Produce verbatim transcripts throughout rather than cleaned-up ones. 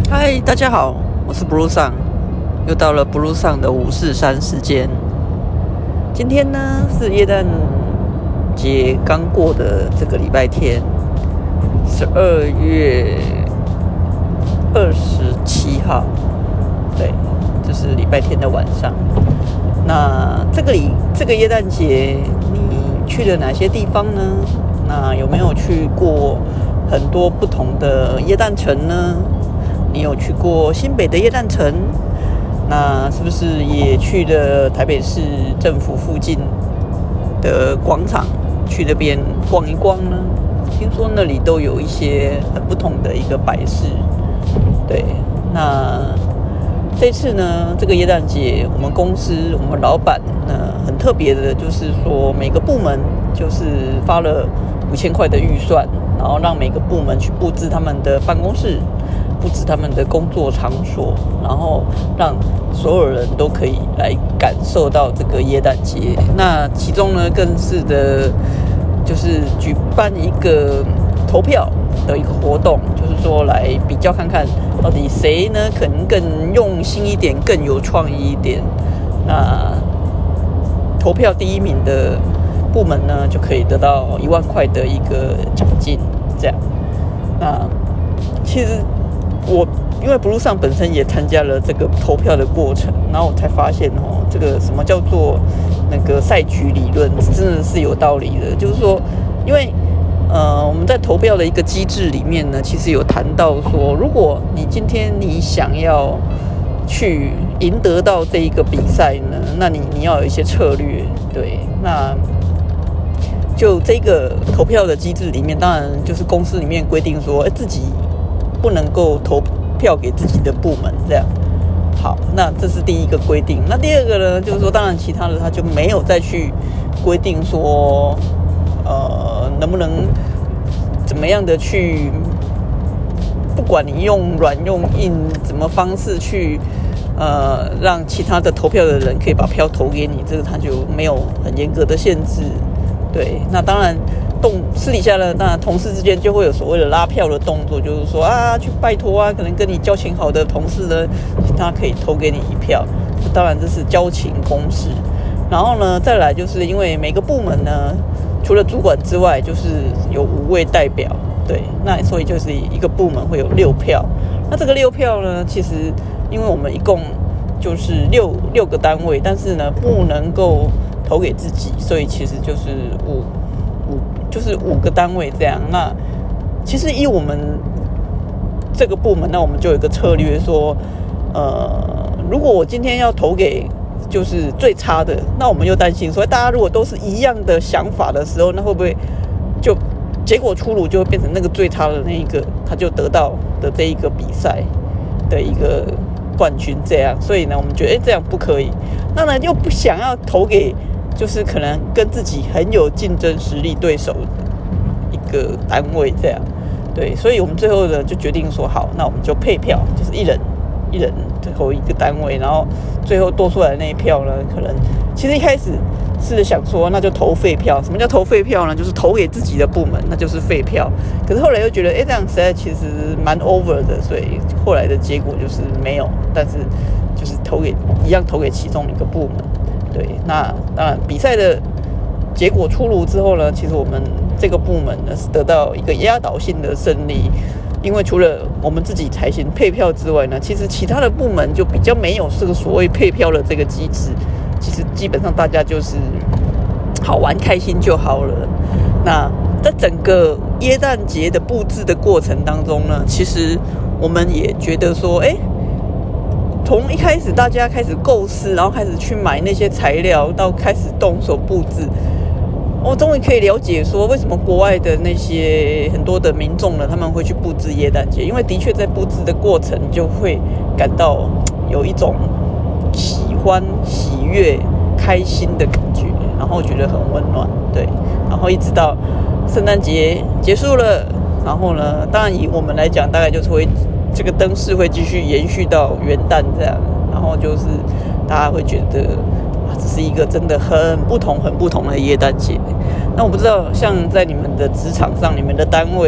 嗨，大家好，我是 Blue Sun， 又到了 Blue Sun 的五四三时间。今天呢是耶诞节刚过的这个礼拜天，十二月二十七号，对，就是礼拜天的晚上。那这个里这个耶诞节，你去了哪些地方呢？那有没有去过很多不同的耶诞城呢？你有去过新北的耶诞城？那是不是也去了台北市政府附近的广场，去那边逛一逛呢？听说那里都有一些很不同的一个摆饰。对，那这次呢，这个耶诞节，我们公司我们老板呢很特别的，就是说每个部门就是发了五千块的预算，然后让每个部门去布置他们的办公室，布置他们的工作场所，然后让所有人都可以来感受到这个耶诞节。那其中呢，更是的，就是举办一个投票的一个活动，就是说来比较看看到底谁呢可能更用心一点，更有创意一点。那投票第一名的部门呢，就可以得到一万块的一个奖金。这样，那其实我因为 Blue Sun 本身也参加了这个投票的过程，然后我才发现哦，这个什么叫做那个赛局理论，真的是有道理的。就是说，因为呃我们在投票的一个机制里面呢，其实有谈到说，如果你今天你想要去赢得到这一个比赛呢，那你你要有一些策略。对，那就这个投票的机制里面，当然就是公司里面规定说，哎，自己不能够投票给自己的部门，这样。好，那这是第一个规定。那第二个呢，就是说，当然其他的他就没有再去规定说，呃，能不能怎么样的去，不管你用软用硬怎么方式去，呃，让其他的投票的人可以把票投给你，这个他就没有很严格的限制。对，那当然动私底下呢，当然同事之间就会有所谓的拉票的动作，就是说啊，去拜托啊，可能跟你交情好的同事呢，他可以投给你一票。当然这是交情公事。然后呢，再来就是因为每个部门呢，除了主管之外，就是有五位代表。对，那所以就是一个部门会有六票。那这个六票呢，其实因为我们一共就是六六个单位，但是呢不能够投给自己，所以其实就是五五就是五个单位这样。那其实以我们这个部门，那我们就有一个策略说，呃，如果我今天要投给就是最差的，那我们又担心说，大家如果都是一样的想法的时候，那会不会就结果出炉就会变成那个最差的那一个，他就得到的这一个比赛的一个冠军这样。所以呢，我们觉得，哎，这样不可以。那呢，又不想要投给就是可能跟自己很有竞争实力对手的一个单位这样。对，所以我们最后呢就决定说，好，那我们就配票，就是一人一人投一个单位，然后最后多出来的那一票呢，可能其实一开始是想说，那就投废票。什么叫投废票呢？就是投给自己的部门，那就是废票。可是后来又觉得，哎，这样实在其实蛮 over 的，所以后来的结果就是没有，但是就是投给一样投给其中一个部门。对，那当然比赛的结果出炉之后呢，其实我们这个部门呢是得到一个压倒性的胜利。因为除了我们自己采行配票之外呢，其实其他的部门就比较没有这个所谓配票的这个机制。其实基本上大家就是好玩开心就好了。那在整个耶诞节的布置的过程当中呢，其实我们也觉得说，哎，从一开始大家开始构思，然后开始去买那些材料，到开始动手布置，我终于可以了解说，为什么国外的那些很多的民众呢，他们会去布置耶诞节。因为的确在布置的过程，就会感到有一种喜欢、喜悦、开心的感觉，然后觉得很温暖。对，然后一直到圣诞节结束了，然后呢，当然以我们来讲，大概就是会这个灯饰会继续延续到元旦这样，然后就是大家会觉得这是一个真的很不同、很不同的耶诞节。那我不知道，像在你们的职场上，你们的单位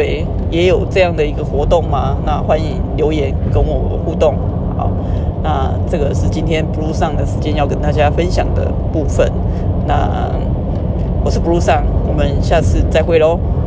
也有这样的一个活动吗？那欢迎留言跟我互动。好，那这个是今天 Blue 上的时间要跟大家分享的部分。那我是 Blue 上，我们下次再会喽。